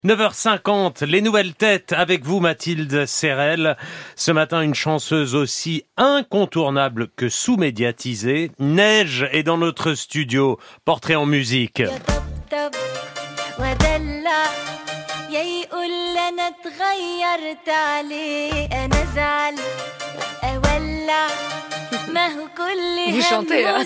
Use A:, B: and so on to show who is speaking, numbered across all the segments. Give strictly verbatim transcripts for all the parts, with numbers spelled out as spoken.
A: neuf heures cinquante, les nouvelles têtes avec vous Mathilde Serrel. Ce matin, une chanteuse aussi incontournable que sous-médiatisée. Neige est dans notre studio. Portrait en musique.
B: Vous chantez là.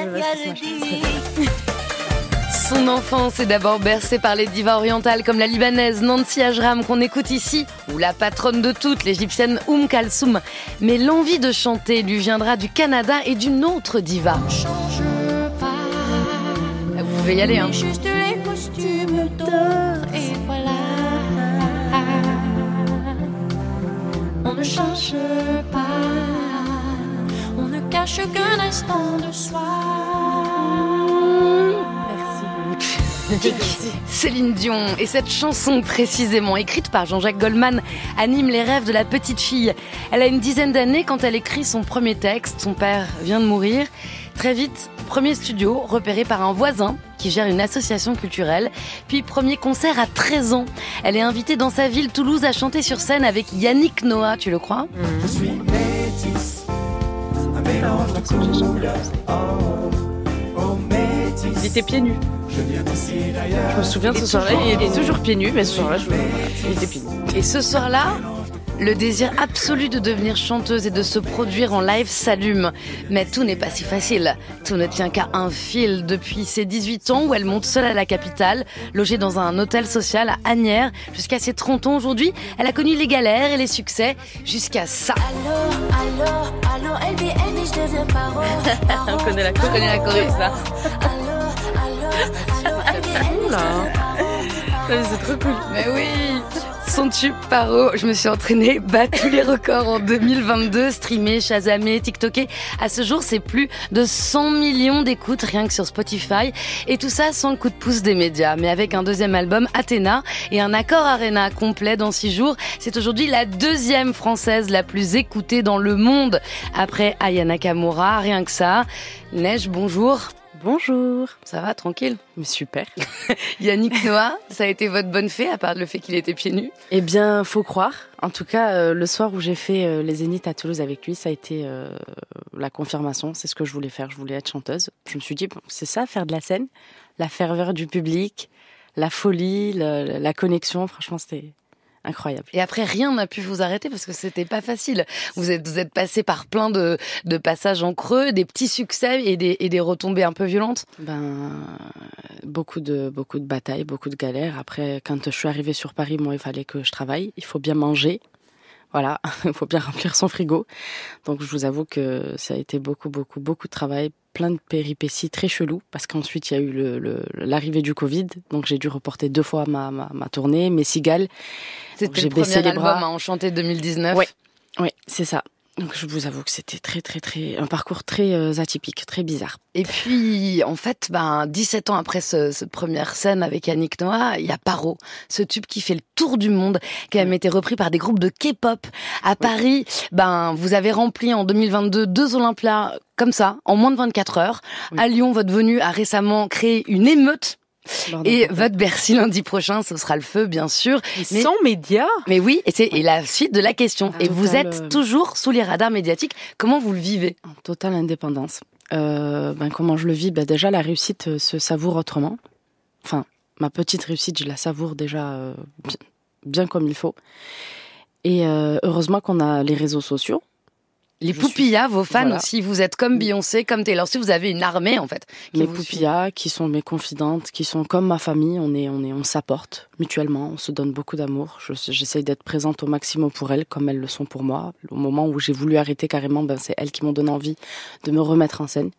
B: Son enfance est d'abord bercée par les divas orientales comme la libanaise Nancy Ajram qu'on écoute ici, ou la patronne de toutes, l'égyptienne Oum Kalsoum. Mais l'envie de chanter lui viendra du Canada et d'une autre diva. Vous pouvez y aller, hein.
C: Juste les costumes d'or et voilà. On ne change pas, on ne cache qu'un instant de soi.
B: Céline Dion, et cette chanson précisément écrite par Jean-Jacques Goldman anime les rêves de la petite fille. Elle a une dizaine d'années quand elle écrit son premier texte. Son père vient de mourir. Très vite, premier studio repéré par un voisin qui gère une association culturelle. Puis premier concert à treize ans. Elle est invitée dans sa ville, Toulouse, à chanter sur scène avec Yannick Noah, tu le crois ?
D: Je suis métisse, un mélange de couleurs. Oh, oh, métisse.
E: Il était pieds nus.
D: Je viens d'ici d'ailleurs.
E: Je me souviens de ce soir-là, il est toujours pieds nus, mais ce soir-là, je... il était pieds nus.
B: Et ce soir-là, le désir absolu de devenir chanteuse et de se produire en live s'allume. Mais tout n'est pas si facile. Tout ne tient qu'à un fil. Depuis ses dix-huit ans où elle monte seule à la capitale, logée dans un hôtel social à Asnières, jusqu'à ses trente ans aujourd'hui, elle a connu les galères et les succès, jusqu'à ça.
C: Allô, allô, allô, L B N et je deviens paro.
E: On connaît la choré,
B: connais la choré, ça.
C: Allô, allô, allô, L B N et je
E: Oula.
C: deviens paro.
E: C'est trop cool.
B: Mais oui, son tube Paro, je me suis entraînée, bat tous les records en deux mille vingt-deux, streamé, shazamé, tiktoké. À ce jour, c'est plus de cent millions d'écoutes rien que sur Spotify. Et tout ça sans le coup de pouce des médias. Mais avec un deuxième album, Athéna, et un accord Arena complet dans six jours, c'est aujourd'hui la deuxième française la plus écoutée dans le monde. Après Aya Nakamura, rien que ça. Neige, bonjour.
E: Bonjour.
B: Ça va, tranquille ?
E: Mais super.
B: Yannick Noah, ça a été votre bonne fée, à part le fait qu'il était pieds nus ?
E: Eh bien, faut croire. En tout cas, euh, le soir où j'ai fait euh, les Zéniths à Toulouse avec lui, ça a été euh, la confirmation. C'est ce que je voulais faire. Je voulais être chanteuse. Je me suis dit, bon, c'est ça, faire de la scène, la ferveur du public, la folie, la, la connexion. Franchement, c'était incroyable.
B: Et après, rien n'a pu vous arrêter parce que c'était pas facile. Vous êtes, vous êtes passé par plein de, de passages en creux, des petits succès et des, et des retombées un peu violentes.
E: Ben, beaucoup de, beaucoup de batailles, beaucoup de galères. Après, quand je suis arrivée sur Paris, moi, il fallait que je travaille. Il faut bien manger. Voilà, il faut bien remplir son frigo. Donc, je vous avoue que ça a été beaucoup, beaucoup, beaucoup de travail, plein de péripéties très cheloues, parce qu'ensuite, il y a eu le, le, l'arrivée du Covid. Donc, j'ai dû reporter deux fois ma, ma, ma tournée, mes cigales.
B: C'était
E: j'ai
B: le
E: baissé
B: premier
E: les
B: album
E: bras.
B: à Enchanté deux mille dix-neuf.
E: Oui, ouais, c'est ça. Donc, je vous avoue que c'était très, très, très, un parcours très euh, atypique, très bizarre.
B: Et puis, en fait, ben, dix-sept ans après ce, cette première scène avec Yannick Noah, il y a Paro, ce tube qui fait le tour du monde, qui a même été repris par des groupes de K-pop. À Paris, ben, vous avez rempli en deux mille vingt-deux deux Olympias comme ça, en moins de vingt-quatre heures.
E: Oui.
B: À Lyon, votre venue a récemment créé une émeute.
E: Bordel,
B: Et
E: bordel.
B: votre Bercy lundi prochain, ce sera le feu, bien sûr. Mais,
E: Sans médias.
B: mais oui, et c'est et la suite de la question.
E: Ah,
B: et vous
E: total,
B: êtes
E: euh,
B: toujours sous les radars médiatiques. Comment vous le vivez ?
E: En totale indépendance. Euh, ben, comment je le vis ? Ben, déjà, la réussite euh, se savoure autrement. Enfin, ma petite réussite, je la savoure déjà euh, bien, bien comme il faut. Et euh, heureusement qu'on a les réseaux sociaux.
B: Les
E: Je
B: Poupillas, vos fans
E: Voilà.
B: aussi, vous êtes comme Beyoncé, comme Taylor Swift, vous avez une armée en fait. qui
E: Mes
B: vous suit.
E: Poupillas, qui sont mes confidentes, qui sont comme ma famille, on est, on est, on s'apporte mutuellement, on se donne beaucoup d'amour. Je, j'essaye d'être présente au maximum pour elles, comme elles le sont pour moi. Au moment où j'ai voulu arrêter carrément, ben c'est elles qui m'ont donné envie de me remettre en scène.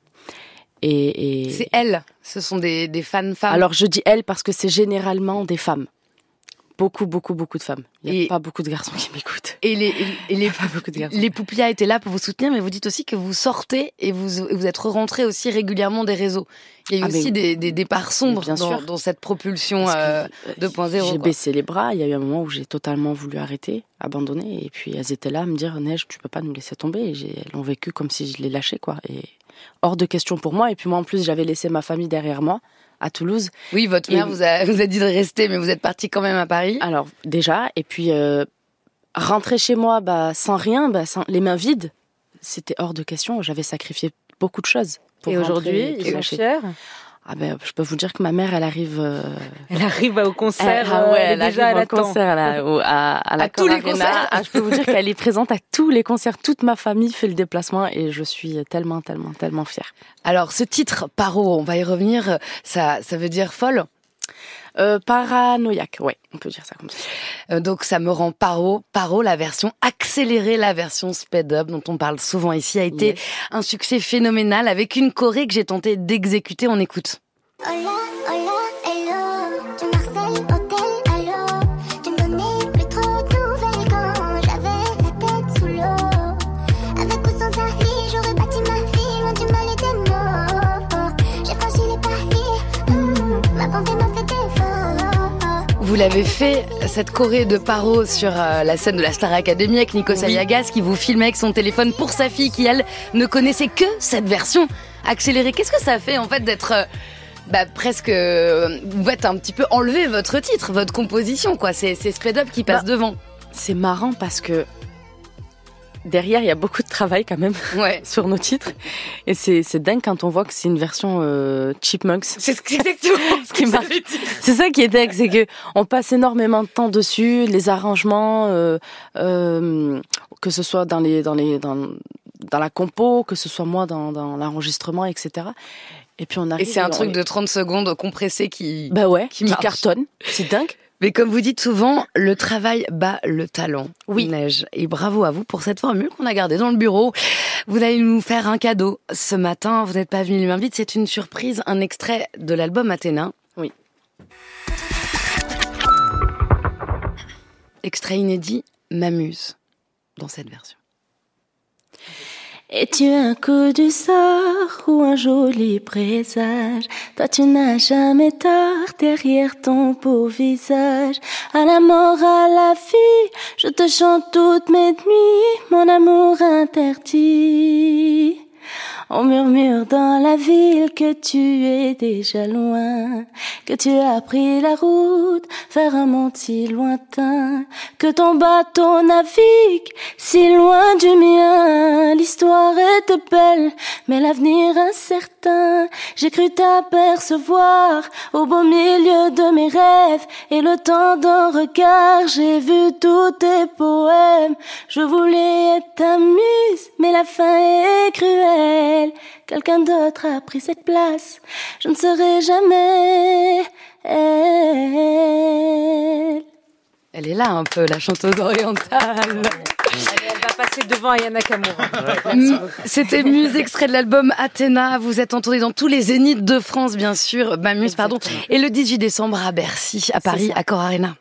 E: Et, et...
B: C'est elles, ce sont des, des fans femmes.
E: Alors je dis elles parce que c'est généralement des femmes. Beaucoup, beaucoup, beaucoup de femmes. Il n'y a
B: Et-
E: pas beaucoup de garçons qui m'écoutent.
B: et les, et les,
E: Pas beaucoup de garçons.
B: les Poupillas étaient là pour vous soutenir, mais vous dites aussi que vous sortez et vous, vous êtes rentrés aussi régulièrement des réseaux. Il y a eu
E: Ah,
B: aussi
E: mais-
B: des, des départs sombres
E: bien
B: dans,
E: sûr.
B: dans cette propulsion
E: Parce que,
B: euh,
E: euh,
B: deux point zéro.
E: J'ai
B: quoi.
E: baissé les bras. Il y a eu un moment où j'ai totalement voulu arrêter, abandonner. Et puis elles étaient là à me dire, Neige, tu peux pas nous laisser tomber. Et j'ai, elles l'ont vécu comme si je les lâchais, quoi. Et hors de question pour moi. Et puis moi, en plus, j'avais laissé ma famille derrière moi, à Toulouse.
B: Oui, votre mère
E: Et-
B: vous a, vous a dit de rester, mais vous êtes parti quand même à Paris.
E: Alors déjà, et puis euh, rentrer chez moi bah, sans rien, bah, sans, les mains vides, c'était hors de question. J'avais sacrifié beaucoup de choses. Pour
F: Et
E: rentrer
F: aujourd'hui,
E: tout
F: ils sont
E: lâcher.
F: fiers.
E: Ah ben, je peux vous dire que ma mère, elle arrive. Euh,
F: Elle arrive au concert.
E: elle, ah ouais,
F: euh, elle
E: elle
F: est déjà
E: arrive
F: à
E: au
F: l'attente.
E: concert, là, au- à, à la
B: À tous les
E: Cor Arena.
B: concerts.
E: Ah, je peux vous dire qu'elle est présente à tous les concerts. Toute ma famille fait le déplacement et je suis tellement, tellement, tellement fière.
B: Alors, ce titre, Paro, on va y revenir, ça, ça veut dire folle.
E: Euh, paranoïaque, ouais, on peut dire ça comme ça.
B: Euh, donc, ça me rend paro. Paro, la version accélérée, la version sped up, dont on parle souvent ici, a été
E: Yes.
B: un succès phénoménal avec une choré que j'ai tenté d'exécuter. On écoute.
G: Hola, hola, hello, du Marseille, hôtel, allô. Tu me donnais plus trop de nouvelles quand j'avais la tête sous l'eau. Avec ou sans avis, j'aurais bâti ma vie loin du mal et des mots. J'ai franchi les paris, mmh, ma bonté m'a fait défaut.
B: Vous l'avez fait, cette choré de Paro, sur euh, la scène de la Star Academy avec Nikos Aliagas qui vous filmait avec son téléphone pour sa fille qui, elle, ne connaissait que cette version accélérée. Qu'est-ce que ça fait, en fait, d'être... euh, Bah presque, euh, vous faites un petit peu enlever votre titre, votre composition, quoi. C'est, c'est Sped Up qui passe
E: Bah,
B: devant.
E: C'est marrant parce que derrière, il y a beaucoup de travail quand même
B: Ouais.
E: sur nos titres. Et c'est, c'est dingue quand on voit que c'est une version euh, Chipmunks.
B: C'est ce- exactement ce
E: qui
B: que
E: marche.
B: j'allais dire.
E: C'est ça qui est dingue, c'est que on passe énormément de temps dessus, les arrangements, euh, euh, que ce soit dans les, dans les, dans, dans la compo, que ce soit moi dans, dans l'enregistrement, et cetera. Et puis on
B: Et
E: arrive.
B: c'est un
E: on-
B: truc de trente secondes compressé qui...
E: bah ouais,
B: qui
E: qui,
B: marche.
E: cartonne. C'est dingue.
B: Mais comme vous dites souvent, le travail bat le talent.
E: Oui.
B: Neige. Et bravo à vous pour cette formule qu'on a gardée dans le bureau. Vous allez nous faire un cadeau. Ce matin, vous n'êtes pas venu m'inviter, c'est une surprise, un extrait de l'album Athéna.
E: Oui.
B: Extrait inédit, M'amuse, dans cette version.
E: Es-tu un coup du sort ou un joli présage? Toi tu n'as jamais tort derrière ton beau visage. À la mort, à la vie, je te chante toutes mes nuits, mon amour interdit. On murmure dans la ville que tu es déjà loin, que tu as pris la route vers un monde si lointain, que ton bateau navigue si loin du mien. L'histoire est belle, mais l'avenir incertain. J'ai cru t'apercevoir au beau milieu de mes rêves, et le temps d'un regard, j'ai vu tous tes poèmes. Je voulais être ta muse, mais la fin est cruelle. Quelqu'un d'autre a pris cette place, je ne serai jamais elle.
B: Elle est là un peu, la chanteuse orientale.
F: Elle va passer devant Aya Nakamura.
B: Mm, C'était Muse, extrait de l'album Athéna. Vous êtes entouré dans tous les zéniths de France, bien sûr. Bah, Muse, pardon.
E: Exactement.
B: Et le dix-huit décembre à Bercy, à Paris,
E: ça.
B: à Cor Arena.